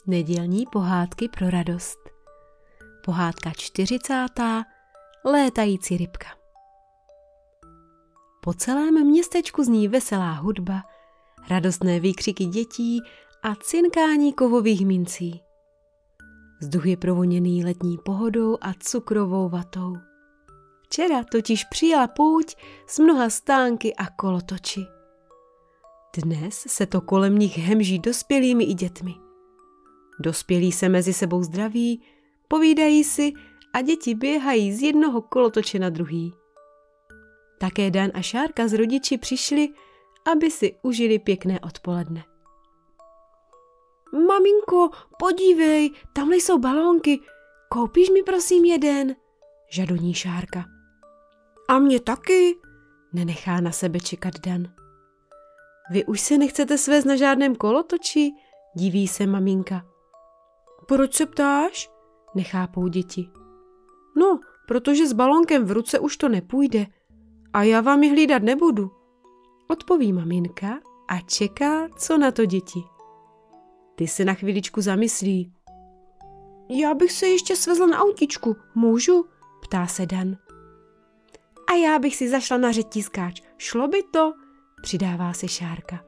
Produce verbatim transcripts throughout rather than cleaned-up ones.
Nedělní pohádky pro radost. Pohádka čtyřicátá. Létající rybka. Po celém městečku zní veselá hudba, radostné výkřiky dětí a cinkání kovových mincí. Vzduch je provoněný letní pohodou a cukrovou vatou. Včera totiž přijela pouť s mnoha stánky a kolotoči. Dnes se to kolem nich hemží dospělými i dětmi. Dospělí se mezi sebou zdraví, povídají si a děti běhají z jednoho kolotoče na druhý. Také Dan a Šárka s rodiči přišli, aby si užili pěkné odpoledne. Maminko, podívej, tamhle jsou balónky, koupíš mi prosím jeden, žadoní Šárka. A mě taky, nenechá na sebe čekat Dan. Vy už se nechcete svést na žádném kolotoči, diví se maminka. Proč se ptáš? Nechápou děti. No, protože s balónkem v ruce už to nepůjde a já vám je hlídat nebudu, odpoví maminka a čeká, co na to děti. Ty se na chviličku zamyslí. Já bych se ještě svezla na autičku, můžu? Ptá se Dan. A já bych si zašla na řetízkáč, šlo by to? Přidává se Šárka.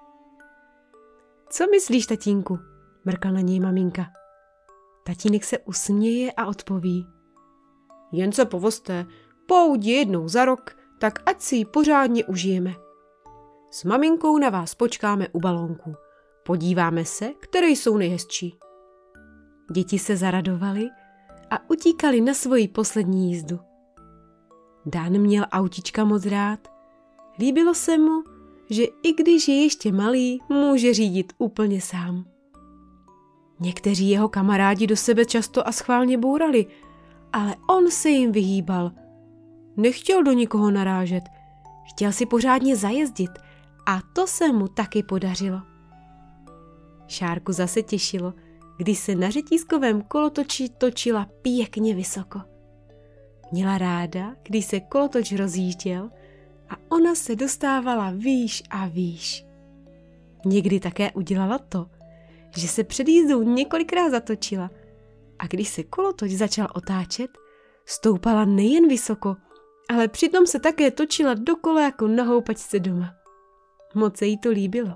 Co myslíš, tatínku? Mrkla na něj maminka. Tatínek se usměje a odpoví. Jen se povozte, pouť je jednou za rok, tak ať si ji pořádně užijeme. S maminkou na vás počkáme u balónku. Podíváme se, které jsou nejhezčí. Děti se zaradovali a utíkali na svoji poslední jízdu. Dan měl autička moc rád. Líbilo se mu, že i když je ještě malý, může řídit úplně sám. Někteří jeho kamarádi do sebe často a schválně bourali, ale on se jim vyhýbal. Nechtěl do nikoho narážet, chtěl si pořádně zajezdit a to se mu taky podařilo. Šárku zase těšilo, když se na řetízkovém kolotoči točila pěkně vysoko. Měla ráda, když se kolotoč rozjížděl a ona se dostávala výš a výš. Někdy také udělala to, že se před jízdou několikrát zatočila a když se kolotoč začal otáčet, stoupala nejen vysoko, ale přitom se také točila dokola jako na houpačce doma. Moc se jí to líbilo.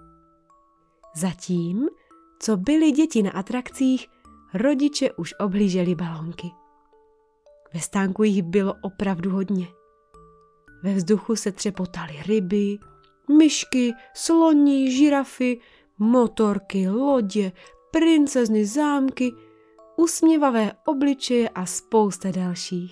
Zatím, co byly děti na atrakcích, rodiče už obhlíželi balónky. Ve stánku jich bylo opravdu hodně. Ve vzduchu se třepotaly ryby, myšky, sloni, žirafy, motorky, lodě, princezny, zámky, usměvavé obličeje a spousta dalších.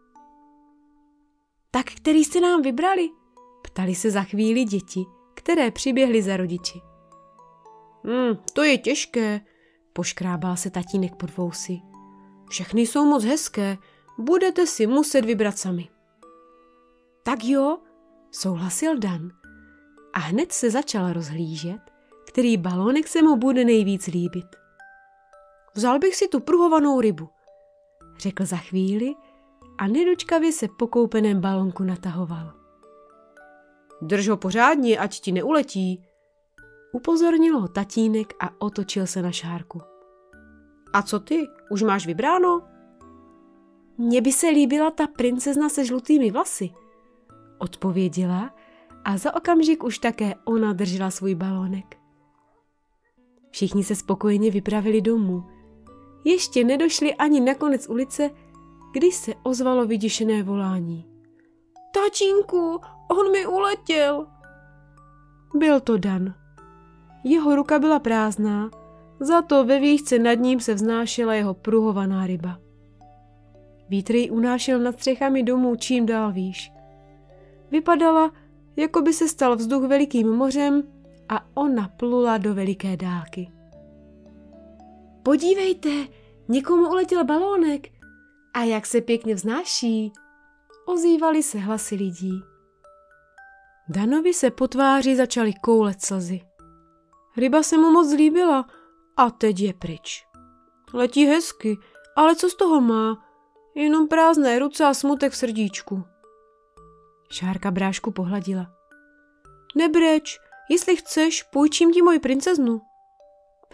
Tak který jste nám vybrali? Ptali se za chvíli děti, které přiběhly za rodiči. Hmm, to je těžké, poškrábal se tatínek pod vousy. Všechny jsou moc hezké, budete si muset vybrat sami. Tak jo, souhlasil Dan a hned se začal rozhlížet, který balónek se mu bude nejvíc líbit. Vzal bych si tu pruhovanou rybu, řekl za chvíli a nedočkavě se po koupeném balónku natahoval. Drž ho pořádně, ať ti neuletí, upozornil ho tatínek a otočil se na Šárku. A co ty, už máš vybráno? Mně by se líbila ta princezna se žlutými vlasy, odpověděla a za okamžik už také ona držela svůj balónek. Všichni se spokojeně vypravili domů. Ještě nedošli ani na konec ulice, když se ozvalo vyděšené volání. Tatínku, on mi uletěl. Byl to Dan. Jeho ruka byla prázdná, za to ve výšce nad ním se vznášela jeho pruhovaná ryba. Vítr ji unášel nad střechami domů čím dál výš. Vypadala, jako by se stal vzduch velikým mořem a ona plula do veliké dálky. Podívejte, někomu uletěl balónek a jak se pěkně vznáší, ozývaly se hlasy lidí. Danovi se po tváři začaly koulet slzy. Ryba se mu moc zlíbila a teď je pryč. Letí hezky, ale co z toho má? Jenom prázdné ruce a smutek v srdíčku. Šárka brášku pohladila. Nebreč, jestli chceš, půjčím ti moji princeznu.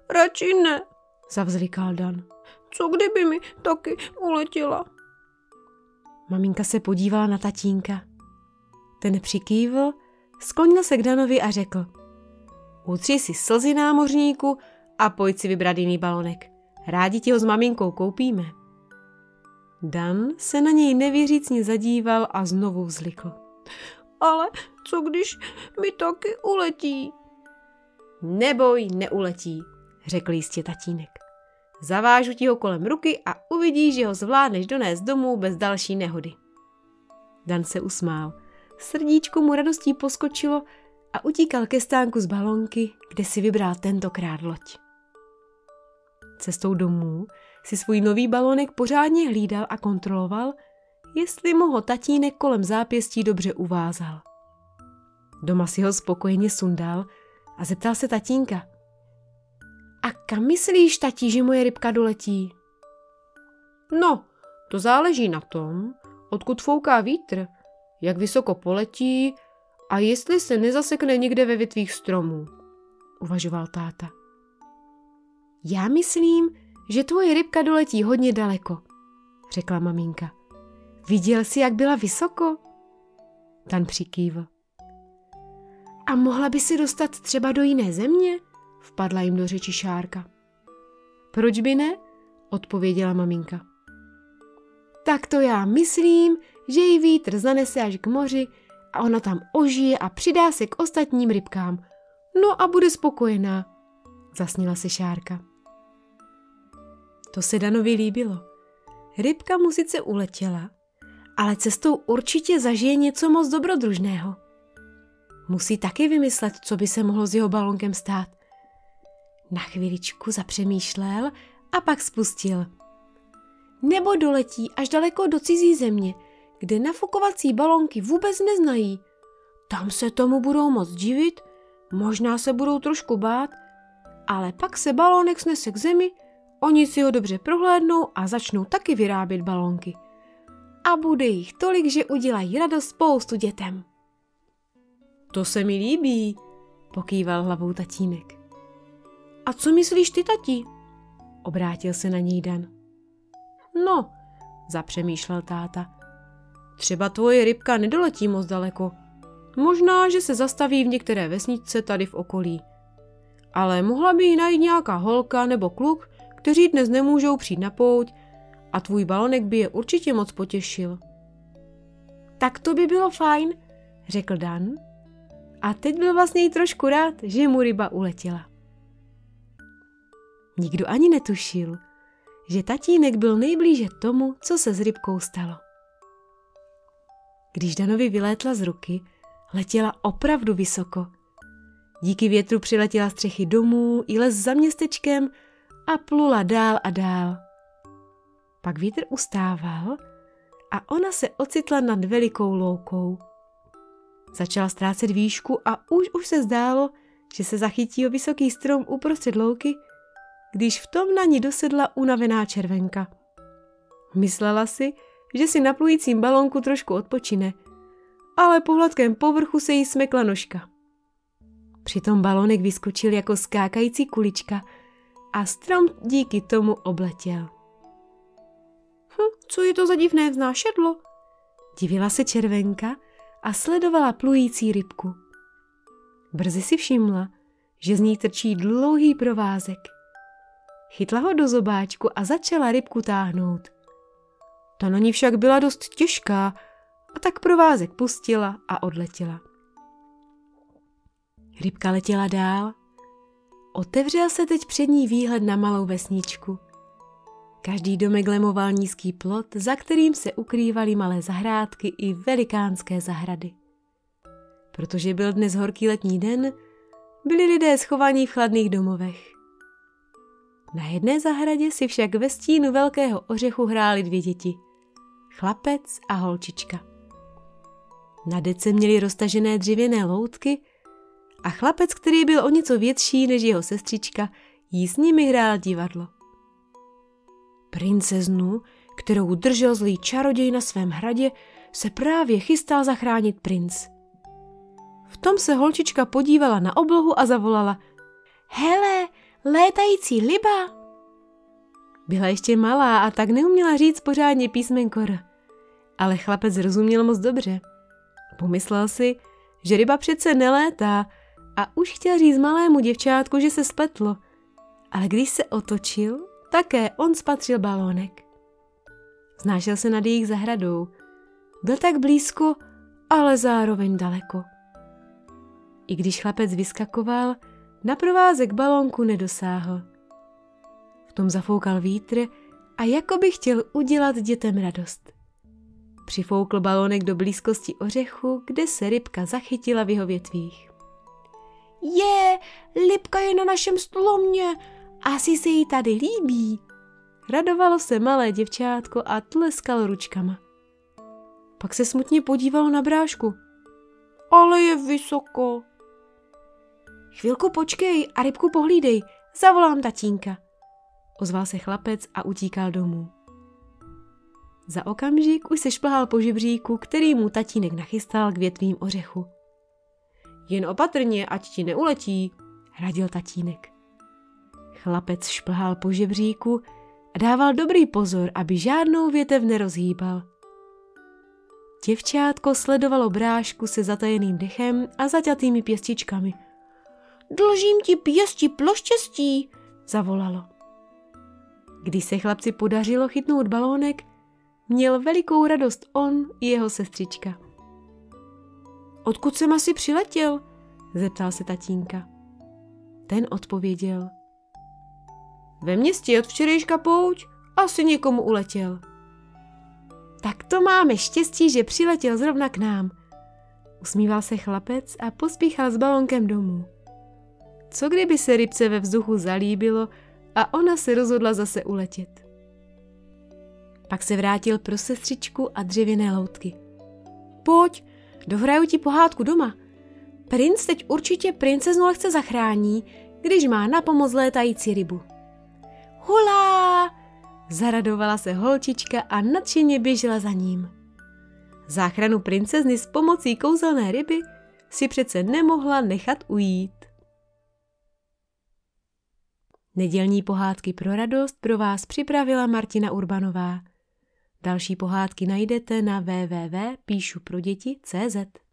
radši ne, zavzlikal Dan. Co kdyby mi taky uletěla? Maminka se podívala na tatínka. Ten přikývl, sklonil se k Danovi a řekl: Utři si slzy, námořníku, a pojď si vybrat jiný balonek. Rádi ti ho s maminkou koupíme. Dan se na něj nevěřícně zadíval a znovu vzlikl. Ale co když mi taky uletí? Neboj, neuletí, řekl jistě tatínek. Zavážu ti ho kolem ruky a uvidíš, že ho zvládneš donést domů bez další nehody. Dan se usmál. Srdíčko mu radostí poskočilo a utíkal ke stánku z balonky, kde si vybral tentokrát loď. Cestou domů si svůj nový balonek pořádně hlídal a kontroloval, jestli mu ho tatínek kolem zápěstí dobře uvázal. Doma si ho spokojeně sundal a zeptal se tatínka: A kam myslíš, tatí, že moje rybka doletí? No, to záleží na tom, odkud fouká vítr, jak vysoko poletí a jestli se nezasekne někde ve větvích stromů, uvažoval táta. Já myslím, že tvoje rybka doletí hodně daleko, řekla maminka. Viděl jsi, jak byla vysoko? Dan přikývl. A mohla by si dostat třeba do jiné země? Vpadla jim do řeči Šárka. Proč by ne? Odpověděla maminka. Tak to já myslím, že ji vítr zanese až k moři a ona tam ožije a přidá se k ostatním rybkám. No a bude spokojená, zasnila se Šárka. To se Danovi líbilo. Rybka mu sice uletěla, ale cestou určitě zažije něco moc dobrodružného. Musí taky vymyslet, co by se mohlo s jeho balonkem stát. Na chviličku zapřemýšlel a pak spustil. Nebo doletí až daleko do cizí země, kde nafukovací balonky vůbec neznají. Tam se tomu budou moc divit, možná se budou trošku bát, ale pak se balónek snese k zemi, oni si ho dobře prohlédnou a začnou taky vyrábět balónky. A bude jich tolik, že udělají radost spoustu dětem. To se mi líbí, pokýval hlavou tatínek. A co myslíš ty, tati? Obrátil se na něj Dan. No, zapřemýšlel táta. Třeba tvoje rybka nedoletí moc daleko. Možná, že se zastaví v některé vesničce tady v okolí. Ale mohla by ji najít nějaká holka nebo kluk, kteří dnes nemůžou přijít na pouť a tvůj balonek by je určitě moc potěšil. Tak to by bylo fajn, řekl Dan. A teď byl vlastně i trošku rád, že mu ryba uletěla. Nikdo ani netušil, že tatínek byl nejblíže tomu, co se s rybkou stalo. Když Danovi vylétla z ruky, letěla opravdu vysoko. Díky větru přiletěla střechy domů i les za městečkem a plula dál a dál. Pak vítr ustával a ona se ocitla nad velikou loukou. Začala ztrácet výšku a už už se zdálo, že se zachytí o vysoký strom uprostřed louky, když v tom na ní dosedla unavená červenka. Myslela si, že si na plujícím balónku trošku odpočine, ale po hladkém povrchu se jí smekla nožka. Přitom balónek vyskočil jako skákající kulička a strom díky tomu obletěl. Hm, co je to za divné vznášedlo? Divila se červenka a sledovala plující rybku. Brzy si všimla, že z ní trčí dlouhý provázek. Chytla ho do zobáčku a začala rybku táhnout. Ta na ní však byla dost těžká a tak provázek pustila a odletěla. Rybka letěla dál. Otevřel se teď před ní výhled na malou vesničku. Každý domek lemoval nízký plot, za kterým se ukrývaly malé zahrádky i velikánské zahrady. Protože byl dnes horký letní den, byli lidé schovaní v chladných domovech. Na jedné zahradě si však ve stínu velkého ořechu hráli dvě děti. Chlapec a holčička. Na dece měli roztažené dřevěné loutky a chlapec, který byl o něco větší než jeho sestřička, jí s nimi hrál divadlo. Princeznu, kterou držel zlý čaroděj na svém hradě, se právě chystal zachránit princ. V tom se holčička podívala na oblohu a zavolala: Hele, létající ryba. Byla ještě malá a tak neuměla říct pořádně písmenko R. Ale chlapec rozuměl moc dobře. Pomyslel si, že ryba přece nelétá a už chtěl říct malému děvčátku, že se spletlo. Ale když se otočil, také on spatřil balónek. Znášel se nad jejich zahradou. Byl tak blízko, ale zároveň daleko. I když chlapec vyskakoval, na provázek balónku nedosáhl. V tom zafoukal vítr a jako by chtěl udělat dětem radost. Přifoukl balónek do blízkosti ořechu, kde se rybka zachytila v jeho větvích. Je, rybka je na našem stromě, asi se jí tady líbí. Radovalo se malé děvčátko a tleskalo ručkama. Pak se smutně podívalo na brášku. Ale je vysoko. Chvilku počkej a rybku pohlídej, zavolám tatínka. Ozval se chlapec a utíkal domů. Za okamžik už se šplhal po žebříku, který mu tatínek nachystal k větvím ořechu. Jen opatrně, ať ti neuletí, radil tatínek. Chlapec šplhal po žebříku a dával dobrý pozor, aby žádnou větev nerozhýbal. Děvčátko sledovalo brášku se zatajeným dechem a zaťatými pěstičkami. Dlžím ti pěsti ploštěstí, zavolalo. Když se chlapci podařilo chytnout balónek, měl velikou radost on i jeho sestřička. Odkud jsem asi přiletěl? Zeptal se tatínka. Ten odpověděl. Ve městě od včerejška pouť, asi někomu uletěl. Tak to máme štěstí, že přiletěl zrovna k nám. Usmíval se chlapec a pospíchal s balónkem domů. Co kdyby se rybce ve vzduchu zalíbilo a ona se rozhodla zase uletět? Pak se vrátil pro sestřičku a dřevěné loutky. Pojď, dohraju ti pohádku doma. Princ teď určitě princeznu lehce zachrání, když má na pomoc létající rybu. Hurá! Zaradovala se holčička a nadšeně běžela za ním. Záchranu princezny s pomocí kouzelné ryby si přece nemohla nechat ujít. Nedělní pohádky pro radost pro vás připravila Martina Urbanová. Další pohádky najdete na w w w tečka píšu pro děti tečka cé zet.